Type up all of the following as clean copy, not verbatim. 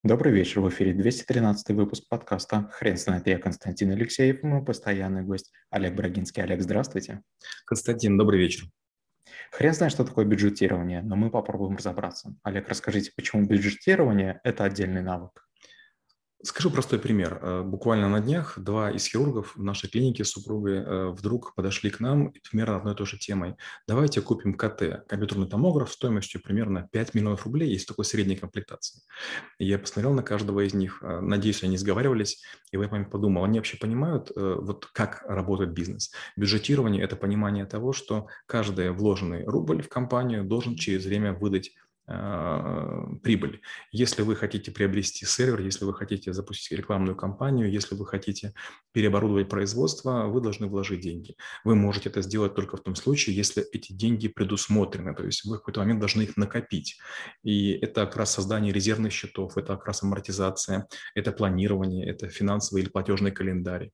Добрый вечер, в эфире 213 выпуск подкаста «Хрен знает». Я Константин Алексеев, и мой постоянный гость Олег Брагинский. Олег, здравствуйте. Константин, добрый вечер. Хрен знает, что такое бюджетирование, но мы попробуем разобраться. Олег, расскажите, почему бюджетирование – это отдельный навык? Скажу простой пример. Буквально на днях два из хирургов в нашей клинике с супругой вдруг подошли к нам и примерно одной и той же темой. Давайте купим КТ, компьютерный томограф, стоимостью примерно 5 миллионов рублей, есть такой средней комплектации. И я посмотрел на каждого из них, надеюсь, они сговаривались, и в этот момент подумал, они вообще понимают, вот как работает бизнес. Бюджетирование – это понимание того, что каждый вложенный рубль в компанию должен через время выдать прибыль. Если вы хотите приобрести сервер, если вы хотите запустить рекламную кампанию, если вы хотите переоборудовать производство, вы должны вложить деньги. Вы можете это сделать только в том случае, если эти деньги предусмотрены, то есть вы в какой-то момент должны их накопить. И это как раз создание резервных счетов, это как раз амортизация, это планирование, это финансовый или платежный календарь.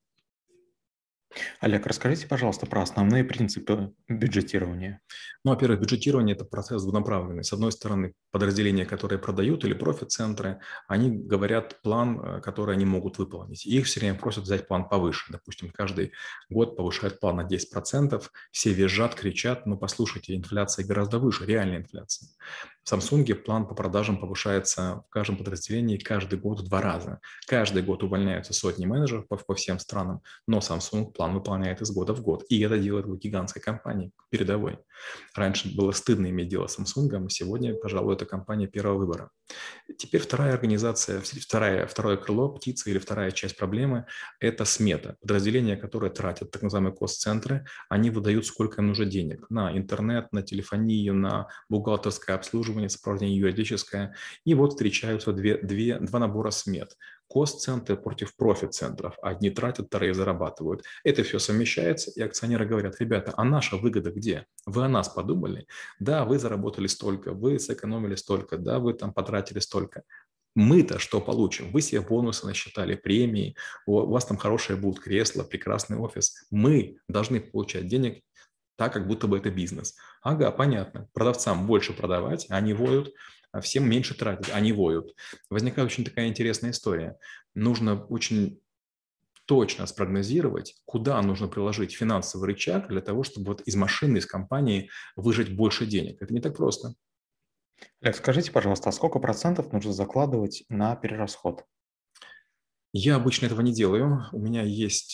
Олег, расскажите, пожалуйста, про основные принципы бюджетирования. Ну, во-первых, бюджетирование – это процесс двунаправленный. С одной стороны, подразделения, которые продают, или профит-центры, они говорят план, который они могут выполнить. И их все время просят взять план повыше. Допустим, каждый год повышают план на 10%, все визжат, кричат, но послушайте, инфляция гораздо выше, реальная инфляция. В Samsung план по продажам повышается в каждом подразделении каждый год в 2 раза. Каждый год увольняются сотни менеджеров по всем странам, но Samsung план выполняет из года в год. И это делает его гигантской компанией, передовой. Раньше было стыдно иметь дело с Samsung, а сегодня, пожалуй, это компания первого выбора. Теперь вторая организация, второе крыло птицы или вторая часть проблемы – это смета. Подразделения, которые тратят так называемые кост-центры, они выдают, сколько им нужно денег на интернет, на телефонию, на бухгалтерское обслуживание, сопровождение юридическое. И вот встречаются два набора смет. Кост-центры против профит-центров. Одни тратят, вторые зарабатывают. Это все совмещается, и акционеры говорят: ребята, а наша выгода где? Вы о нас подумали? Да, вы заработали столько, вы сэкономили столько, да, вы там потратили столько. Мы-то что получим? Вы себе бонусы насчитали, премии, у вас там хорошее будут кресло, прекрасный офис. Мы должны получать денег так, как будто бы это бизнес. Ага, понятно. Продавцам больше продавать, они воют, а всем меньше тратить, они воют. Возникает очень такая интересная история. Нужно очень точно спрогнозировать, куда нужно приложить финансовый рычаг для того, чтобы вот из машины, из компании выжать больше денег. Это не так просто. Олег, скажите, пожалуйста, а сколько процентов нужно закладывать на перерасход? Я обычно этого не делаю. У меня есть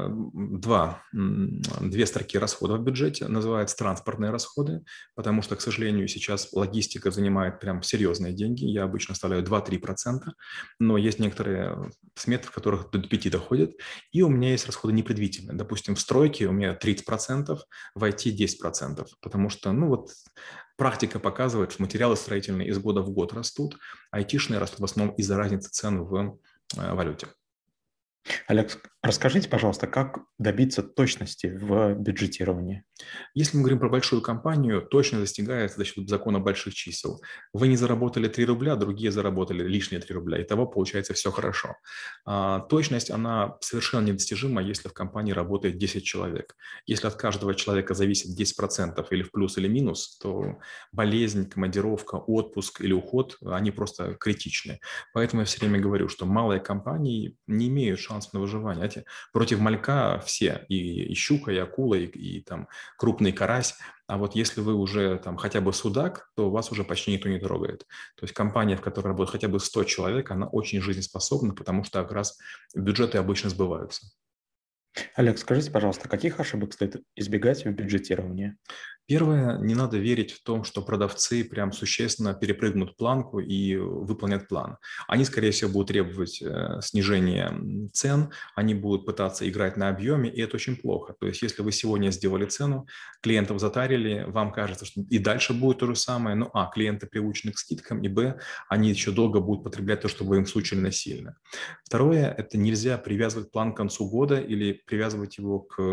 две строки расходов в бюджете. Называются транспортные расходы, потому что, к сожалению, сейчас логистика занимает прям серьезные деньги. Я обычно оставляю 2-3%, но есть некоторые сметы, в которых до 5 доходят. И у меня есть расходы непредвиденные. Допустим, в стройке у меня 30%, в IT 10%, потому что, ну вот, практика показывает, что материалы строительные из года в год растут, а айтишные растут в основном из-за разницы цен в валюте. Олег, расскажите, пожалуйста, как добиться точности в бюджетировании? Если мы говорим про большую компанию, точно достигается за счет закона больших чисел. Вы не заработали 3 рубля, другие заработали лишние 3 рубля. Итого получается все хорошо. Точность, она совершенно недостижима, если в компании работает 10 человек. Если от каждого человека зависит 10% или в плюс, или минус, то болезнь, командировка, отпуск или уход, они просто критичны. Поэтому я все время говорю, что малые компании не имеют шансов на выживание. Знаете, против малька все, и щука, и акула, и там крупный карась, а вот если вы уже там хотя бы судак, то вас уже почти никто не трогает. То есть компания, в которой работает хотя бы 100 человек, она очень жизнеспособна, потому что как раз бюджеты обычно сбываются. Олег, скажите, пожалуйста, каких ошибок стоит избегать в бюджетировании? Первое, не надо верить в том, что продавцы прям существенно перепрыгнут планку и выполнят план. Они, скорее всего, будут требовать снижения цен, они будут пытаться играть на объеме, и это очень плохо. То есть, если вы сегодня сделали цену, клиентов затарили, вам кажется, что и дальше будет то же самое, но клиенты приучены к скидкам, и они еще долго будут потреблять то, что вы им сучили насильно. Второе, это нельзя привязывать план к концу года или привязывать его к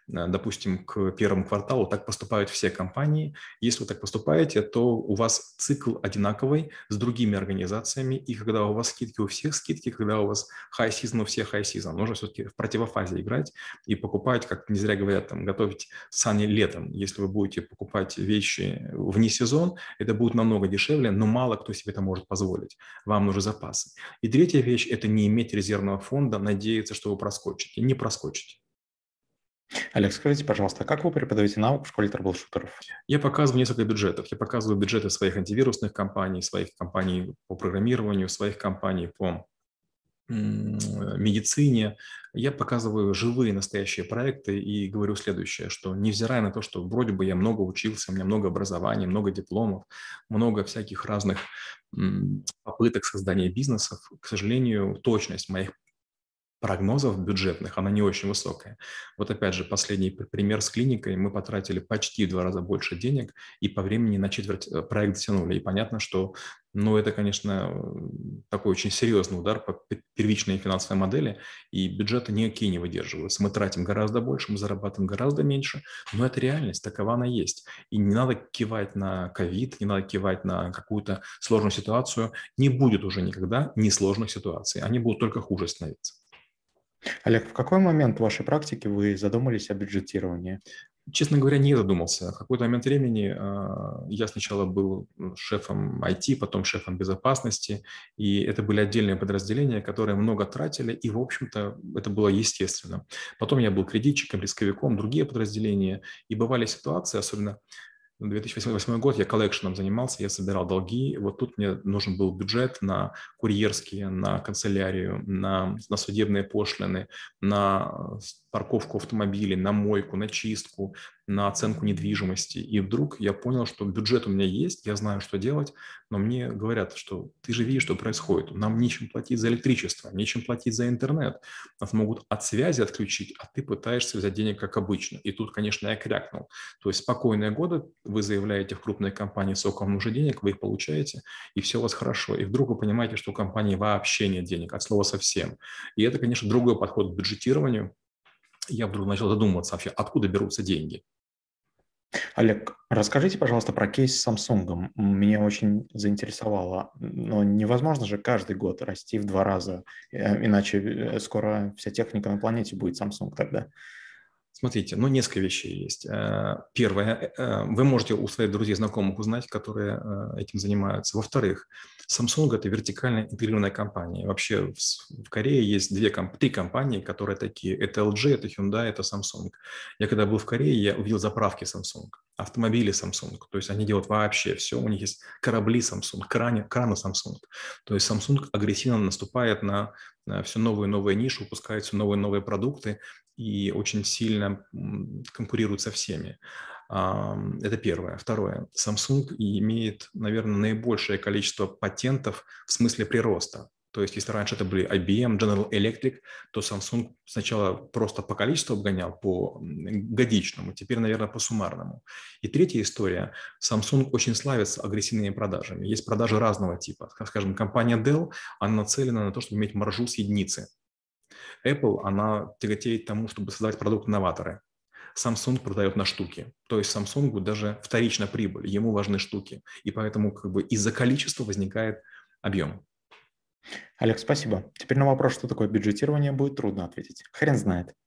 допустим, к первому кварталу. Так поступают все компании. Если вы так поступаете, то у вас цикл одинаковый с другими организациями, и когда у вас скидки, у всех скидки, когда у вас high season, у всех high season. Нужно все-таки в противофазе играть и покупать, как не зря говорят, там, готовить сани летом. Если вы будете покупать вещи вне сезон, это будет намного дешевле, но мало кто себе это может позволить. Вам нужны запасы. И третья вещь – это не иметь резервного фонда, надеяться, что вы проскочите. Не проскочите. Олег, скажите, пожалуйста, как вы преподаете науку в школе трэблшутеров? Я показываю несколько бюджетов. Я показываю бюджеты своих антивирусных компаний, своих компаний по программированию, своих компаний по медицине. Я показываю живые настоящие проекты и говорю следующее, что невзирая на то, что вроде бы я много учился, у меня много образований, много дипломов, много всяких разных попыток создания бизнесов, к сожалению, точность моих прогнозов бюджетных, она не очень высокая. Вот опять же, последний пример с клиникой. Мы потратили почти в 2 раза больше денег и по времени на четверть проект затянули. И понятно, что это, конечно, такой очень серьезный удар по первичной финансовой модели, и бюджеты никакие не выдерживаются. Мы тратим гораздо больше, мы зарабатываем гораздо меньше, но это реальность, такова она есть. И не надо кивать на ковид, не надо кивать на какую-то сложную ситуацию. Не будет уже никогда несложных ситуаций, они будут только хуже становиться. Олег, в какой момент в вашей практике вы задумались о бюджетировании? Честно говоря, не задумался. В какой-то момент времени я сначала был шефом IT, потом шефом безопасности, и это были отдельные подразделения, которые много тратили, и, в общем-то, это было естественно. Потом я был кредитчиком, рисковиком, другие подразделения, и бывали ситуации, особенно 2008 год, я коллекшеном занимался, я собирал долги. Вот тут мне нужен был бюджет на курьерские, на канцелярию, на судебные пошлины, на парковку автомобилей, на мойку, на чистку, на оценку недвижимости. И вдруг я понял, что бюджет у меня есть, я знаю, что делать, но мне говорят, что ты же видишь, что происходит. Нам нечем платить за электричество, нечем платить за интернет. Нас могут от связи отключить, а ты пытаешься взять денег, как обычно. И тут, конечно, я крякнул. То есть спокойные годы, вы заявляете в крупные компании, сколько вам нужно денег, вы их получаете, и все у вас хорошо. И вдруг вы понимаете, что у компании вообще нет денег, от слова совсем. И это, конечно, другой подход к бюджетированию. Я вдруг начал задумываться вообще, откуда берутся деньги. Олег, расскажите, пожалуйста, про кейс с Samsung. Меня очень заинтересовало. Но невозможно же каждый год расти в 2 раза, иначе скоро вся техника на планете будет Samsung тогда. Смотрите, несколько вещей есть. Первое, вы можете у своих друзей, знакомых узнать, которые этим занимаются. Во-вторых, Samsung – это вертикально интегрированная компания. Вообще в Корее есть 3 компании, которые такие. Это LG, это Hyundai, это Samsung. Я когда был в Корее, я увидел заправки Samsung, автомобили Samsung. То есть они делают вообще все. У них есть корабли Samsung, краны Samsung. То есть Samsung агрессивно наступает на все новые и новые ниши, выпускает все новые и новые продукты и очень сильно конкурирует со всеми. Это первое. Второе. Samsung имеет, наверное, наибольшее количество патентов в смысле прироста. То есть, если раньше это были IBM, General Electric, то Samsung сначала просто по количеству обгонял, по годичному, теперь, наверное, по суммарному. И третья история. Samsung очень славится агрессивными продажами. Есть продажи разного типа. Скажем, компания Dell, она нацелена на то, чтобы иметь маржу с единицы. Apple, она тяготеет к тому, чтобы создавать продукт-новаторы. Samsung продает на штуки. То есть Samsung даже вторична прибыль, ему важны штуки. И поэтому из-за количества возникает объем. Олег, спасибо. Теперь на вопрос, что такое бюджетирование, будет трудно ответить. Хрен знает.